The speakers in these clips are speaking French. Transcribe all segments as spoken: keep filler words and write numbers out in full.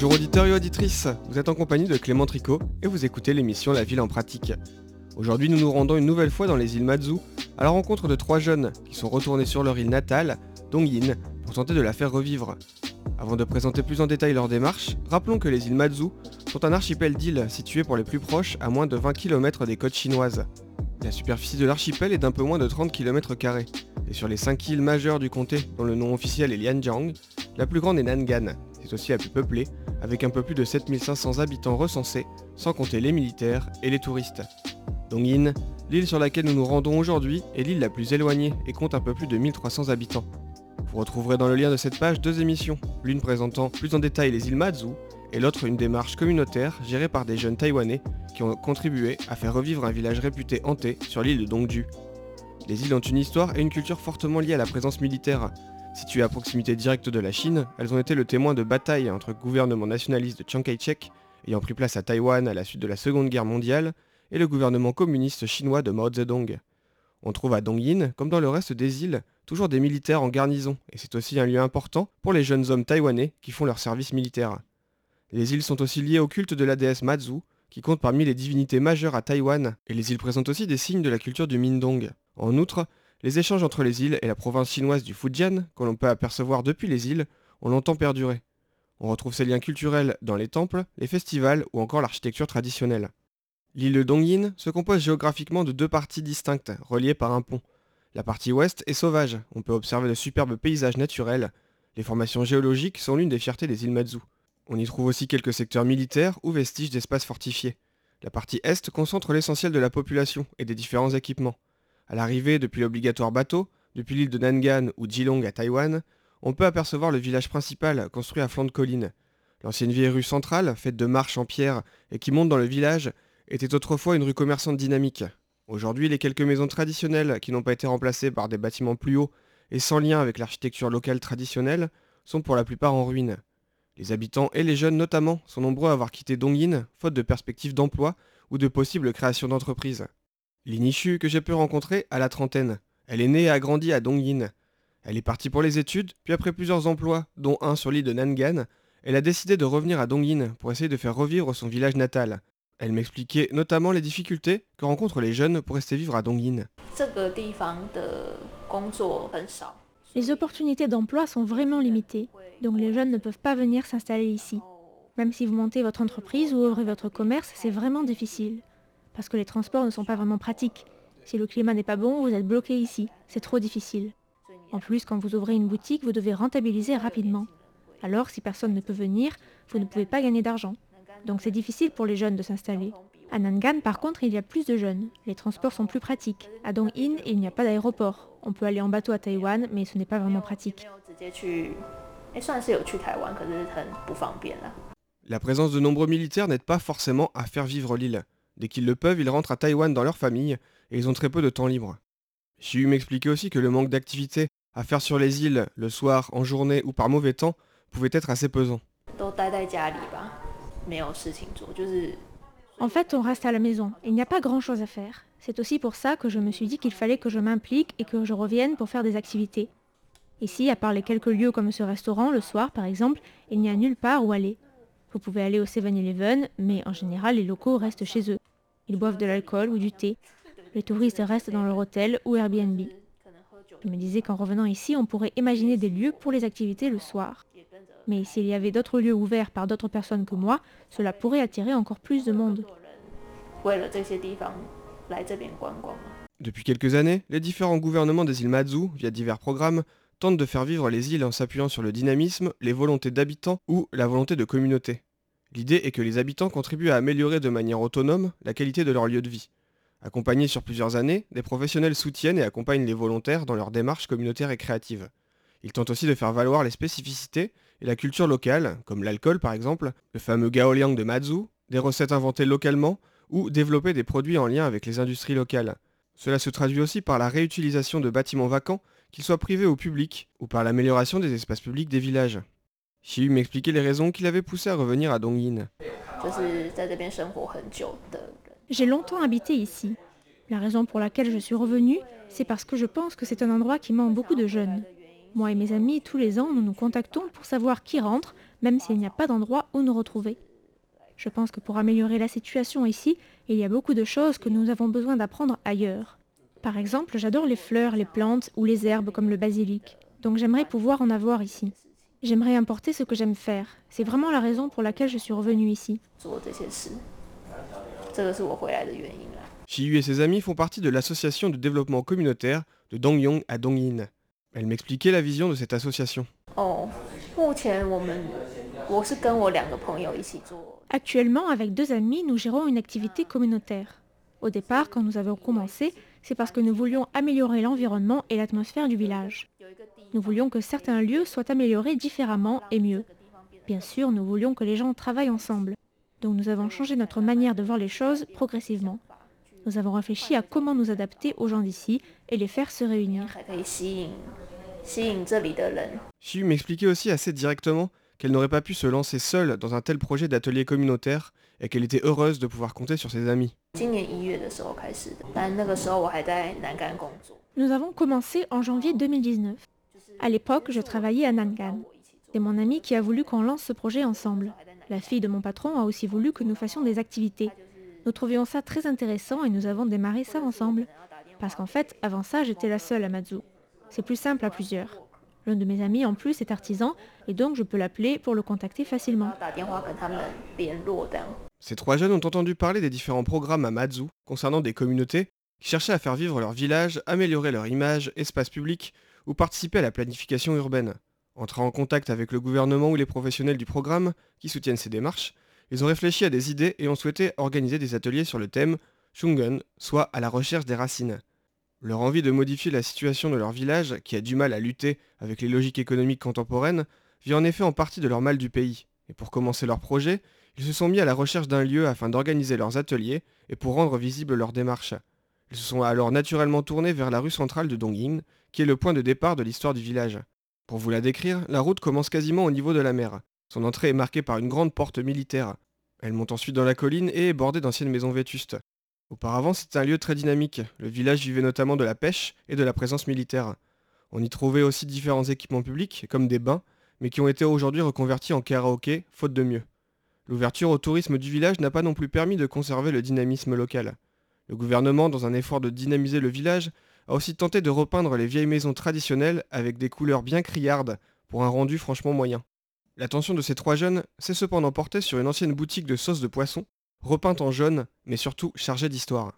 Bonjour auditeurs et auditrices, vous êtes en compagnie de Clément Tricot et vous écoutez l'émission La Ville en pratique. Aujourd'hui nous nous rendons une nouvelle fois dans les îles Matsu à la rencontre de trois jeunes qui sont retournés sur leur île natale, Dongyin, pour tenter de la faire revivre. Avant de présenter plus en détail leur démarche, rappelons que les îles Matsu sont un archipel d'îles situé pour les plus proches à moins de vingt kilomètres des côtes chinoises. La superficie de l'archipel est d'un peu moins de trente kilomètres carrés, et sur les cinq îles majeures du comté, dont le nom officiel est Lianjiang, la plus grande est Nangan, c'est aussi la plus peuplée, avec un peu plus de sept mille cinq cents habitants recensés, sans compter les militaires et les touristes. Dongyin, l'île sur laquelle nous nous rendons aujourd'hui, est l'île la plus éloignée et compte un peu plus de mille trois cents habitants. Vous retrouverez dans le lien de cette page deux émissions, l'une présentant plus en détail les îles Matsu, et l'autre une démarche communautaire gérée par des jeunes taïwanais qui ont contribué à faire revivre un village réputé hanté sur l'île de Dongju. Les îles ont une histoire et une culture fortement liées à la présence militaire. Situées à proximité directe de la Chine, elles ont été le témoin de batailles entre le gouvernement nationaliste de Chiang Kai-shek, ayant pris place à Taïwan à la suite de la Seconde Guerre mondiale, et le gouvernement communiste chinois de Mao Zedong. On trouve à Dongyin, comme dans le reste des îles, toujours des militaires en garnison, et c'est aussi un lieu important pour les jeunes hommes taïwanais qui font leur service militaire. Les îles sont aussi liées au culte de la déesse Matsu, qui compte parmi les divinités majeures à Taïwan, et les îles présentent aussi des signes de la culture du Mindong. En outre, les échanges entre les îles et la province chinoise du Fujian, que l'on peut apercevoir depuis les îles, ont longtemps perduré. On retrouve ces liens culturels dans les temples, les festivals ou encore l'architecture traditionnelle. L'île de Dongyin se compose géographiquement de deux parties distinctes, reliées par un pont. La partie ouest est sauvage, on peut observer de superbes paysages naturels. Les formations géologiques sont l'une des fiertés des îles Matsu. On y trouve aussi quelques secteurs militaires ou vestiges d'espaces fortifiés. La partie est concentre l'essentiel de la population et des différents équipements. À l'arrivée depuis l'obligatoire bateau, depuis l'île de Nangan ou Geelong à Taïwan, on peut apercevoir le village principal construit à flanc de colline. L'ancienne vieille rue centrale, faite de marches en pierre et qui monte dans le village, était autrefois une rue commerçante dynamique. Aujourd'hui, les quelques maisons traditionnelles qui n'ont pas été remplacées par des bâtiments plus hauts et sans lien avec l'architecture locale traditionnelle sont pour la plupart en ruine. Les habitants et les jeunes notamment sont nombreux à avoir quitté Dongyin, faute de perspectives d'emploi ou de possibles créations d'entreprises. Linishu, que j'ai pu rencontrer, a la trentaine. Elle est née et a grandi à Dongyin. Elle est partie pour les études, puis après plusieurs emplois, dont un sur l'île de Nangan, elle a décidé de revenir à Dongyin pour essayer de faire revivre son village natal. Elle m'expliquait notamment les difficultés que rencontrent les jeunes pour rester vivre à Dongyin. Les opportunités d'emploi sont vraiment limitées, donc les jeunes ne peuvent pas venir s'installer ici. Même si vous montez votre entreprise ou ouvrez votre commerce, c'est vraiment difficile. Parce que les transports ne sont pas vraiment pratiques. Si le climat n'est pas bon, vous êtes bloqué ici. C'est trop difficile. En plus, quand vous ouvrez une boutique, vous devez rentabiliser rapidement. Alors, si personne ne peut venir, vous ne pouvez pas gagner d'argent. Donc c'est difficile pour les jeunes de s'installer. À Nangan, par contre, il y a plus de jeunes. Les transports sont plus pratiques. À Dongyin, il n'y a pas d'aéroport. On peut aller en bateau à Taïwan, mais ce n'est pas vraiment pratique. La présence de nombreux militaires n'aide pas forcément à faire vivre l'île. Dès qu'ils le peuvent, ils rentrent à Taïwan dans leur famille et ils ont très peu de temps libre. Shiyu m'expliquait aussi que le manque d'activités à faire sur les îles, le soir, en journée ou par mauvais temps, pouvait être assez pesant. En fait, on reste à la maison. Il n'y a pas grand-chose à faire. C'est aussi pour ça que je me suis dit qu'il fallait que je m'implique et que je revienne pour faire des activités. Ici, à part les quelques lieux comme ce restaurant, le soir par exemple, il n'y a nulle part où aller. Vous pouvez aller au seven eleven, mais en général, les locaux restent chez eux. Ils boivent de l'alcool ou du thé. Les touristes restent dans leur hôtel ou Airbnb. Je me disais qu'en revenant ici, on pourrait imaginer des lieux pour les activités le soir. Mais s'il y avait d'autres lieux ouverts par d'autres personnes que moi, cela pourrait attirer encore plus de monde. Depuis quelques années, les différents gouvernements des îles Matsu, via divers programmes, tentent de faire vivre les îles en s'appuyant sur le dynamisme, les volontés d'habitants ou la volonté de communauté. L'idée est que les habitants contribuent à améliorer de manière autonome la qualité de leur lieu de vie. Accompagnés sur plusieurs années, des professionnels soutiennent et accompagnent les volontaires dans leurs démarches communautaires et créatives. Ils tentent aussi de faire valoir les spécificités et la culture locale, comme l'alcool par exemple, le fameux gaoliang de Matsu, des recettes inventées localement ou développer des produits en lien avec les industries locales. Cela se traduit aussi par la réutilisation de bâtiments vacants, qu'ils soient privés ou publics, ou par l'amélioration des espaces publics des villages. Shiyu m'expliquait les raisons qui l'avaient poussé à revenir à Dongyin. J'ai longtemps habité ici. La raison pour laquelle je suis revenue, c'est parce que je pense que c'est un endroit qui manque beaucoup de jeunes. Moi et mes amis, tous les ans, nous nous contactons pour savoir qui rentre, même s'il n'y a pas d'endroit où nous retrouver. Je pense que pour améliorer la situation ici, il y a beaucoup de choses que nous avons besoin d'apprendre ailleurs. Par exemple, j'adore les fleurs, les plantes ou les herbes comme le basilic, donc j'aimerais pouvoir en avoir ici. J'aimerais importer ce que j'aime faire. C'est vraiment la raison pour laquelle je suis revenue ici. Shiyu et ses amis font partie de l'association de développement communautaire de Dongyong à Dongyin. Elle m'expliquait la vision de cette association. Actuellement, avec deux amis, nous gérons une activité communautaire. Au départ, quand nous avons commencé, c'est parce que nous voulions améliorer l'environnement et l'atmosphère du village. Nous voulions que certains lieux soient améliorés différemment et mieux. Bien sûr, nous voulions que les gens travaillent ensemble. Donc nous avons changé notre manière de voir les choses progressivement. Nous avons réfléchi à comment nous adapter aux gens d'ici et les faire se réunir. Shiyu m'expliquait aussi assez directement qu'elle n'aurait pas pu se lancer seule dans un tel projet d'atelier communautaire et qu'elle était heureuse de pouvoir compter sur ses amis. Nous avons commencé en janvier deux mille dix-neuf. À l'époque, je travaillais à Nangan. C'est mon ami qui a voulu qu'on lance ce projet ensemble. La fille de mon patron a aussi voulu que nous fassions des activités. Nous trouvions ça très intéressant et nous avons démarré ça ensemble. Parce qu'en fait, avant ça, j'étais la seule à Matsu. C'est plus simple à plusieurs. L'un de mes amis en plus est artisan et donc je peux l'appeler pour le contacter facilement. Ces trois jeunes ont entendu parler des différents programmes à Matsu concernant des communautés qui cherchaient à faire vivre leur village, améliorer leur image, espace public ou participer à la planification urbaine. Entrant en contact avec le gouvernement ou les professionnels du programme qui soutiennent ces démarches, ils ont réfléchi à des idées et ont souhaité organiser des ateliers sur le thème Shungen, soit à la recherche des racines. Leur envie de modifier la situation de leur village, qui a du mal à lutter avec les logiques économiques contemporaines, vient en effet en partie de leur mal du pays. Et pour commencer leur projet, ils se sont mis à la recherche d'un lieu afin d'organiser leurs ateliers et pour rendre visible leur démarche. Ils se sont alors naturellement tournés vers la rue centrale de Dongyin, qui est le point de départ de l'histoire du village. Pour vous la décrire, la route commence quasiment au niveau de la mer. Son entrée est marquée par une grande porte militaire. Elle monte ensuite dans la colline et est bordée d'anciennes maisons vétustes. Auparavant, c'était un lieu très dynamique. Le village vivait notamment de la pêche et de la présence militaire. On y trouvait aussi différents équipements publics, comme des bains, mais qui ont été aujourd'hui reconvertis en karaoké, faute de mieux. L'ouverture au tourisme du village n'a pas non plus permis de conserver le dynamisme local. Le gouvernement, dans un effort de dynamiser le village, a aussi tenté de repeindre les vieilles maisons traditionnelles avec des couleurs bien criardes pour un rendu franchement moyen. L'attention de ces trois jeunes s'est cependant portée sur une ancienne boutique de sauce de poisson, repeinte en jaune, mais surtout chargée d'histoire.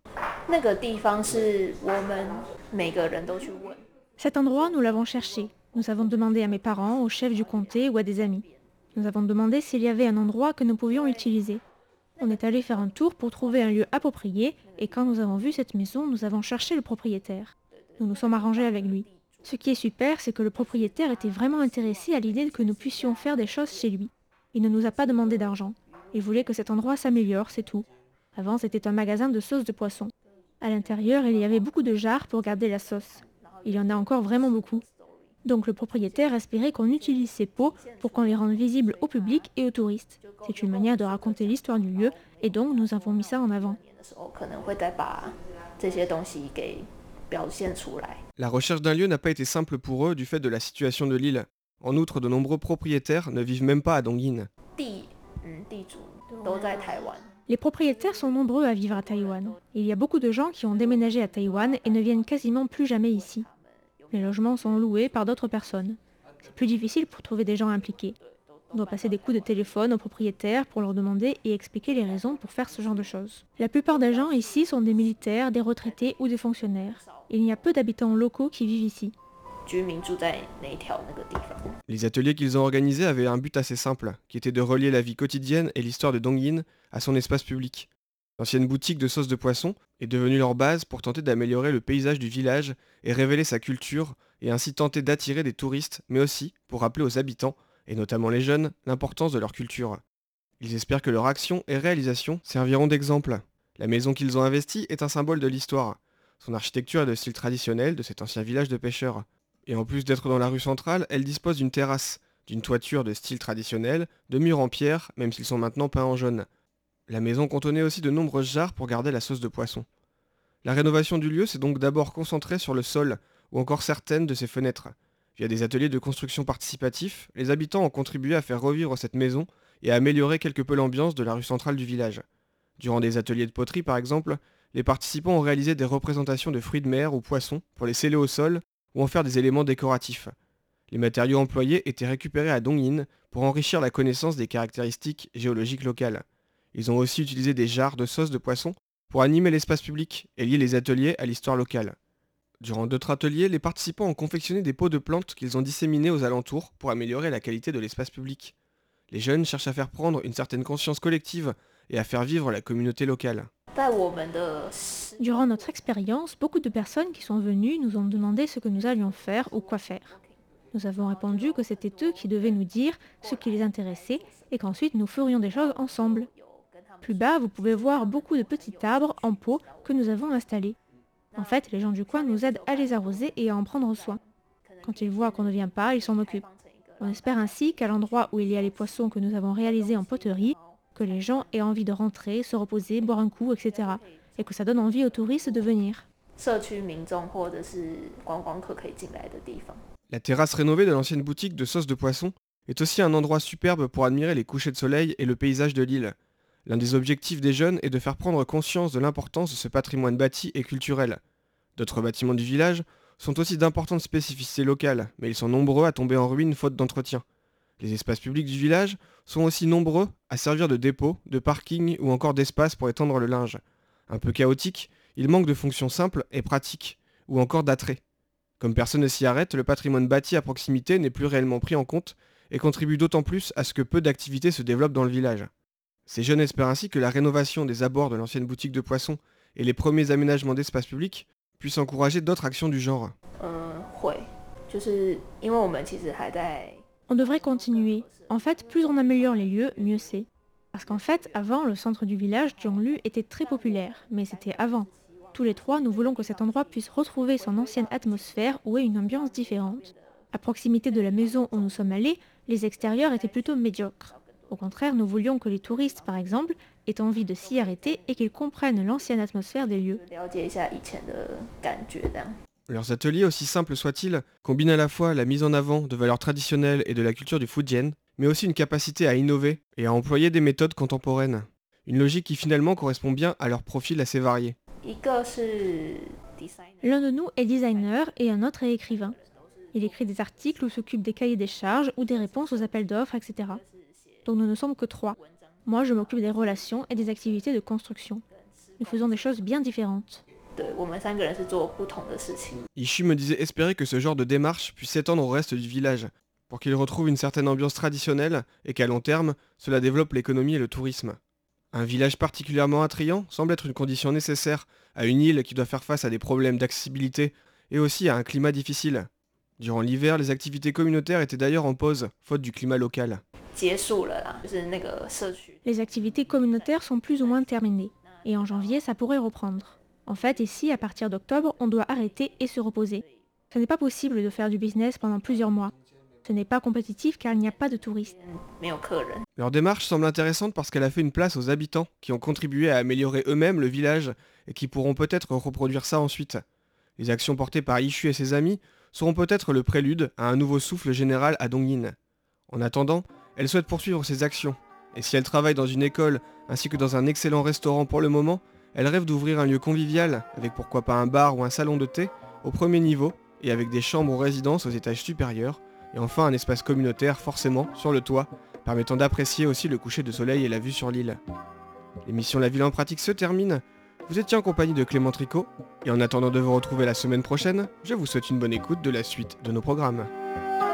Cet endroit, nous l'avons cherché. Nous avons demandé à mes parents, au chef du comté ou à des amis. Nous avons demandé s'il y avait un endroit que nous pouvions utiliser. On est allé faire un tour pour trouver un lieu approprié et quand nous avons vu cette maison, nous avons cherché le propriétaire. Nous nous sommes arrangés avec lui. Ce qui est super, c'est que le propriétaire était vraiment intéressé à l'idée que nous puissions faire des choses chez lui. Il ne nous a pas demandé d'argent. Il voulait que cet endroit s'améliore, c'est tout. Avant, c'était un magasin de sauce de poisson. À l'intérieur, il y avait beaucoup de jarres pour garder la sauce. Il y en a encore vraiment beaucoup. Donc le propriétaire espérait qu'on utilise ces pots pour qu'on les rende visibles au public et aux touristes. C'est une manière de raconter l'histoire du lieu et donc nous avons mis ça en avant. La recherche d'un lieu n'a pas été simple pour eux du fait de la situation de l'île. En outre, de nombreux propriétaires ne vivent même pas à Dongyin. Les propriétaires sont nombreux à vivre à Taïwan. Il y a beaucoup de gens qui ont déménagé à Taïwan et ne viennent quasiment plus jamais ici. Les logements sont loués par d'autres personnes. C'est plus difficile pour trouver des gens impliqués. On doit passer des coups de téléphone aux propriétaires pour leur demander et expliquer les raisons pour faire ce genre de choses. La plupart des gens ici sont des militaires, des retraités ou des fonctionnaires. Il y a peu d'habitants locaux qui vivent ici. Les ateliers qu'ils ont organisés avaient un but assez simple, qui était de relier la vie quotidienne et l'histoire de Dongyin à son espace public. L'ancienne boutique de sauce de poisson est devenue leur base pour tenter d'améliorer le paysage du village et révéler sa culture, et ainsi tenter d'attirer des touristes, mais aussi pour rappeler aux habitants, et notamment les jeunes, l'importance de leur culture. Ils espèrent que leur action et réalisation serviront d'exemple. La maison qu'ils ont investie est un symbole de l'histoire. Son architecture est de style traditionnel de cet ancien village de pêcheurs. Et en plus d'être dans la rue centrale, elle dispose d'une terrasse, d'une toiture de style traditionnel, de murs en pierre, même s'ils sont maintenant peints en jaune. La maison contenait aussi de nombreuses jarres pour garder la sauce de poisson. La rénovation du lieu s'est donc d'abord concentrée sur le sol, ou encore certaines de ses fenêtres. Via des ateliers de construction participatifs, les habitants ont contribué à faire revivre cette maison et à améliorer quelque peu l'ambiance de la rue centrale du village. Durant des ateliers de poterie par exemple, les participants ont réalisé des représentations de fruits de mer ou poissons pour les sceller au sol ou en faire des éléments décoratifs. Les matériaux employés étaient récupérés à Dongyin pour enrichir la connaissance des caractéristiques géologiques locales. Ils ont aussi utilisé des jarres de sauce de poisson pour animer l'espace public et lier les ateliers à l'histoire locale. Durant d'autres ateliers, les participants ont confectionné des pots de plantes qu'ils ont disséminés aux alentours pour améliorer la qualité de l'espace public. Les jeunes cherchent à faire prendre une certaine conscience collective et à faire vivre la communauté locale. Durant notre expérience, beaucoup de personnes qui sont venues nous ont demandé ce que nous allions faire ou quoi faire. Nous avons répondu que c'était eux qui devaient nous dire ce qui les intéressait et qu'ensuite nous ferions des choses ensemble. Plus bas, vous pouvez voir beaucoup de petits arbres en pot que nous avons installés. En fait, les gens du coin nous aident à les arroser et à en prendre soin. Quand ils voient qu'on ne vient pas, ils s'en occupent. On espère ainsi qu'à l'endroit où il y a les poissons que nous avons réalisés en poterie, que les gens aient envie de rentrer, se reposer, boire un coup, et cetera. Et que ça donne envie aux touristes de venir. La terrasse rénovée de l'ancienne boutique de sauce de poisson est aussi un endroit superbe pour admirer les couchers de soleil et le paysage de l'île. L'un des objectifs des jeunes est de faire prendre conscience de l'importance de ce patrimoine bâti et culturel. D'autres bâtiments du village sont aussi d'importantes spécificités locales, mais ils sont nombreux à tomber en ruine faute d'entretien. Les espaces publics du village sont aussi nombreux à servir de dépôt, de parking ou encore d'espace pour étendre le linge. Un peu chaotique, il manque de fonctions simples et pratiques, ou encore d'attrait. Comme personne ne s'y arrête, le patrimoine bâti à proximité n'est plus réellement pris en compte et contribue d'autant plus à ce que peu d'activités se développent dans le village. Ces jeunes espèrent ainsi que la rénovation des abords de l'ancienne boutique de poissons et les premiers aménagements d'espaces publics puissent encourager d'autres actions du genre. On devrait continuer. En fait, plus on améliore les lieux, mieux c'est. Parce qu'en fait, avant, le centre du village, Jionglu, était très populaire. Mais c'était avant. Tous les trois, nous voulons que cet endroit puisse retrouver son ancienne atmosphère où est une ambiance différente. À proximité de la maison où nous sommes allés, les extérieurs étaient plutôt médiocres. Au contraire, nous voulions que les touristes, par exemple, aient envie de s'y arrêter et qu'ils comprennent l'ancienne atmosphère des lieux. Leurs ateliers, aussi simples soient-ils, combinent à la fois la mise en avant de valeurs traditionnelles et de la culture du Fujian, mais aussi une capacité à innover et à employer des méthodes contemporaines. Une logique qui finalement correspond bien à leur profil assez varié. L'un de nous est designer et un autre est écrivain. Il écrit des articles ou s'occupe des cahiers des charges ou des réponses aux appels d'offres, et cetera. Donc nous ne sommes que trois. Moi, je m'occupe des relations et des activités de construction. Nous faisons des choses bien différentes. Ishi me disait espérer que ce genre de démarche puisse s'étendre au reste du village, pour qu'il retrouve une certaine ambiance traditionnelle et qu'à long terme, cela développe l'économie et le tourisme. Un village particulièrement attrayant semble être une condition nécessaire à une île qui doit faire face à des problèmes d'accessibilité et aussi à un climat difficile. Durant l'hiver, les activités communautaires étaient d'ailleurs en pause, faute du climat local. Les activités communautaires sont plus ou moins terminées, et en janvier, ça pourrait reprendre. En fait, ici, à partir d'octobre, on doit arrêter et se reposer. Ce n'est pas possible de faire du business pendant plusieurs mois. Ce n'est pas compétitif car il n'y a pas de touristes. Leur démarche semble intéressante parce qu'elle a fait une place aux habitants qui ont contribué à améliorer eux-mêmes le village et qui pourront peut-être reproduire ça ensuite. Les actions portées par Ishu et ses amis seront peut-être le prélude à un nouveau souffle général à Dongyin. En attendant, elle souhaite poursuivre ses actions. Et si elle travaille dans une école ainsi que dans un excellent restaurant pour le moment, elle rêve d'ouvrir un lieu convivial, avec pourquoi pas un bar ou un salon de thé, au premier niveau, et avec des chambres ou résidences aux étages supérieurs, et enfin un espace communautaire forcément sur le toit, permettant d'apprécier aussi le coucher de soleil et la vue sur l'île. L'émission La Ville en Pratique se termine. Vous étiez en compagnie de Clément Tricot, et en attendant de vous retrouver la semaine prochaine, je vous souhaite une bonne écoute de la suite de nos programmes.